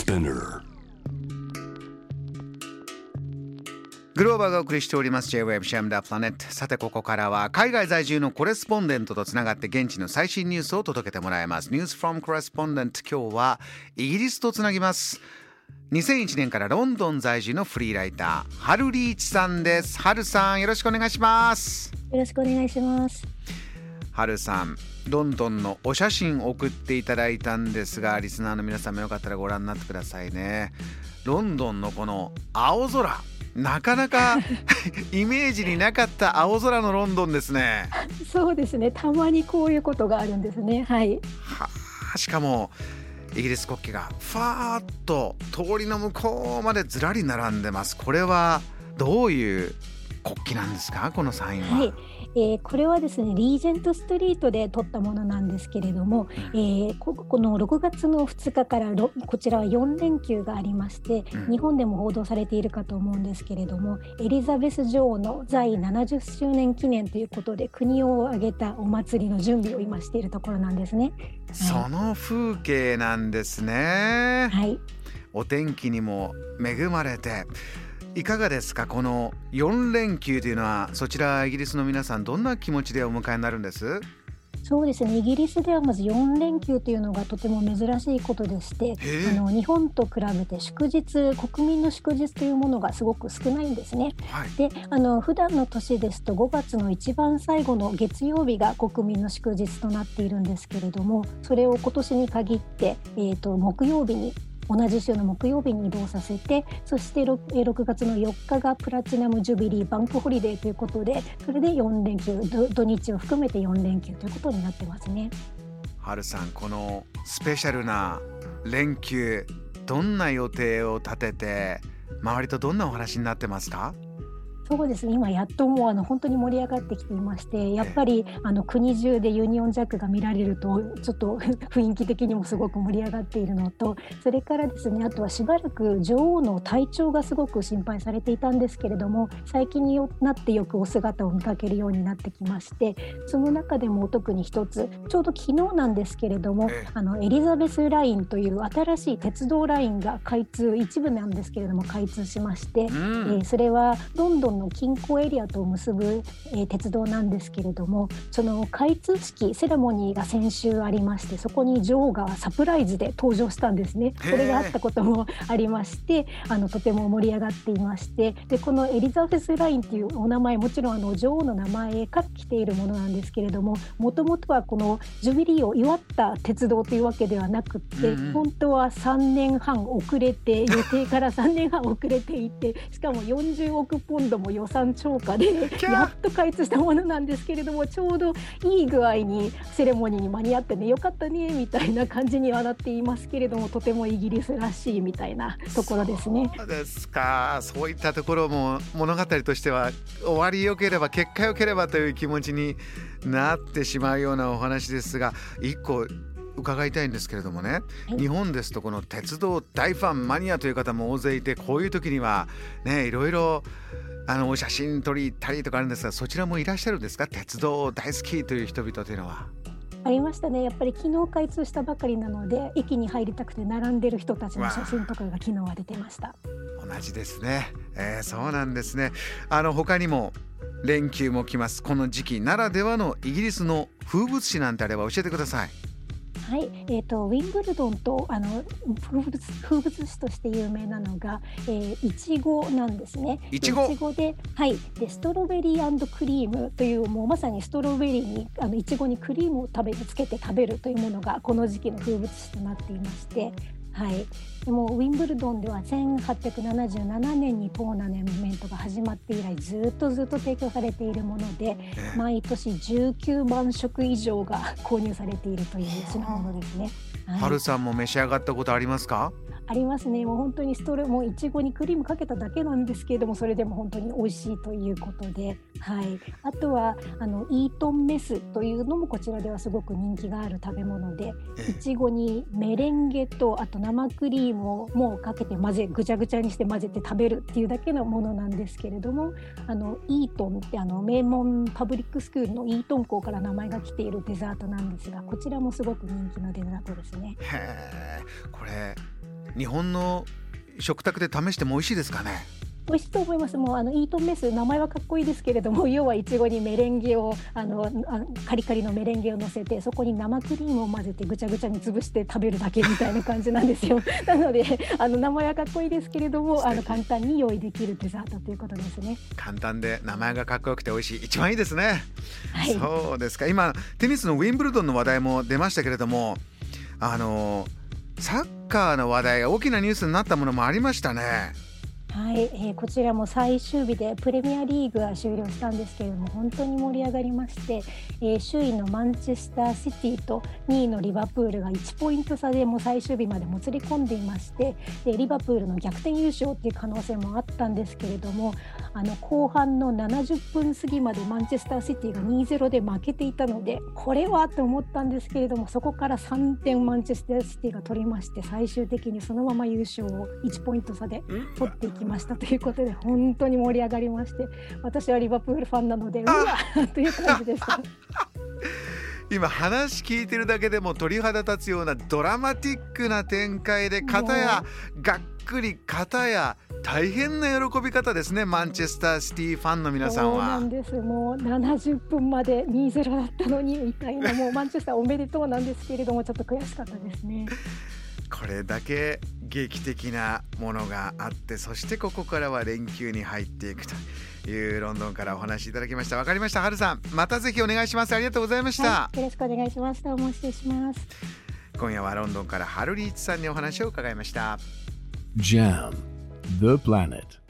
Spinner。 グローバーがお送りしております J-Wave シャムダプラネット。さてここからは海外在住のコレスポンデントとつながって現地の最新ニュースを届けてもらいます。 News from Correspondent。 今日はイギリスとつなぎます。2001年からロンドン在住のフリーライターハルリーチさんです。ハルさんよろしくお願いします。 よろしくお願いします。 ハルさん、ロンドンのお写真送っていただいたんですが、リスナーの皆さんもよかったらご覧になってくださいね。ロンドンのこの青空、なかなかイメージになかった青空のロンドンですね。 そうですね、たまにこういうことがあるんですね。はい。 しかもイギリス国旗がファーッと通りの向こうまでずらり並んでます。これはどういう国旗なんですか、このサインは。 はい、これはですね、リージェントストリートで撮ったものなんですけれども、この6月の2日からこちらは4連休がありまして、日本でも報道されているかと思うんですけれども、エリザベス女王の在位70周年記念ということで国を挙げたお祭りの準備を今しているところなんですね。 その風景なんですね。 はい。 お天気にも恵まれていかがですか、この4連休というのは。そちらイギリスの皆さんどんな気持ちでお迎えになるんです？ そうですね、イギリスではまず4連休というのがとても珍しいことでして、日本と比べて国民の祝日というものがすごく少ないんですね。 はい、 で普段の年ですと5月の一番最後の月曜日が国民の祝日となっているんですけれども、それを今年に限って、木曜日に同じ週の木曜日に移動させて、そして 6月の4日がプラチナムジュビリーバンクホリデーということで、それで4連休、土日を含めて4連休ということになってますね。 はるさん、このスペシャルな連休、どんな予定を立てて周りとどんなお話になってますか？ そうですね、今やっともう本当に盛り上がってきていまして、やっぱり国中でユニオンジャックが見られるとちょっと雰囲気的にもすごく盛り上がっているのと、それからですね、あとはしばらく女王の体調がすごく心配されていたんですけれども、最近になってよくお姿を見かけるようになってきまして、その中でも特に一つ、ちょうど昨日なんですけれども、エリザベスラインという新しい鉄道ラインが一部なんですけれども開通しまして、それはロンドンの近郊エリアと結ぶ、鉄道なんですけれども、その開通式セレモニーが先週ありまして、そこに女王がサプライズで登場したんですね。それがあったこともありまして、とても盛り上がっていまして、でこのエリザベスラインというお名前、もちろん女王の名前から来ているものなんですけれども、もともとはこのジュビリーを祝った鉄道というわけではなくって、本当は3年半遅れて、予定から3年半遅れていて、しかも40億ポンドも予算超過でやっと開通したものなんですけれども、ちょうどいい具合にセレモニーに間に合ってね、よかったねみたいな感じにはなっていますけれども、とてもイギリスらしいみたいなところですね。 そうですか。そういったところも物語としては終わりよければ結果よければという気持ちになってしまうようなお話ですが、一個伺いたいんですけれどもね、日本ですとこの鉄道大ファンマニアという方も大勢いて、こういう時にはね、いろいろお写真撮り行ったりとかあるんですが、そちらもいらっしゃるんですか？鉄道大好きという人々というのは。 ありましたね。やっぱり昨日開通したばかりなので、駅に入りたくて並んでる人たちの写真とかが昨日は出てました。 同じですね。そうなんですね。他にも連休も来ます。この時期ならではのイギリスの風物詩なんてあれば教えてください。 はい、ウィンブルドンと風物詩として有名なのが、いちごなんですね。いちごで、はい、でストロベリー&クリームという、もうまさにストロベリーにいちごにクリームをつけて食べるというものがこの時期の風物詩となっていまして、はい、でもウィンブルドンでは1877年にトーナメントが始まって以来ずっと提供されているもので、毎年19万食以上が購入されているという品物ですね。 はるさんも召し上がったことありますか？ ありますね。もう本当にもういちごにクリームかけただけなんですけれども、それでも本当に美味しいということで、はい、あとはイートンメスというのもこちらではすごく人気がある食べ物で、いちごにメレンゲとあと生クリームをもうかけてぐちゃぐちゃにして混ぜて食べるっていうだけのものなんですけれども、イートンって名門パブリックスクールのイートン校から名前が来ているデザートなんですが、こちらもすごく人気のデザートですね。 へー、これ日本の食卓で試しても美味しいですかね？ 美味しいと思います。もうイートンメス、名前はかっこいいですけれども、要はイチゴにメレンゲをカリカリのメレンゲを乗せて、そこに生クリームを混ぜてぐちゃぐちゃに潰して食べるだけみたいな感じなんですよ。なので名前はかっこいいですけれども、簡単に用意できるデザートということですね。 簡単で名前がかっこよくて美味しい、一番いいですね。 はい、 そうですか。今テニスのウィンブルドンの話題も出ましたけれども、サッカーの話題が大きなニュースになったものもありましたね。 はい、こちらも最終日でプレミアリーグが終了したんですけれども、本当に盛り上がりまして、首位のマンチェスターシティと2位のリバプールが1ポイント差でもう最終日までもつれ込んでいまして、でリバプールの逆転優勝っていう可能性もあったんですけれども、後半の70分過ぎまでマンチェスターシティが 2-0 で負けていたので、これはと思ったんですけれども、そこから3点マンチェスターシティが取りまして、最終的にそのまま優勝を1ポイント差で取っていきましたということで、本当に盛り上がりまして、私はリバプールファンなのでうわという感じでした今話聞いてるだけでも鳥肌立つようなドラマティックな展開で、片やがっくり、片や大変な喜び方ですね、マンチェスターシティファンの皆さんは。 そうなんです。もう70分まで 2-0 だったのにみたいな、もうマンチェスターおめでとうなんですけれども、ちょっと悔しかったですね。 これだけ劇的なものがあって、そしてここからは連休に入っていくというロンドンからお話しいただきました。わかりました。はるさん、またぜひお願いします。ありがとうございました。 はい、よろしくお願いします。どうも失礼します。 今夜はロンドンからハルリーチさんにお話を伺いました。 JAM The Planet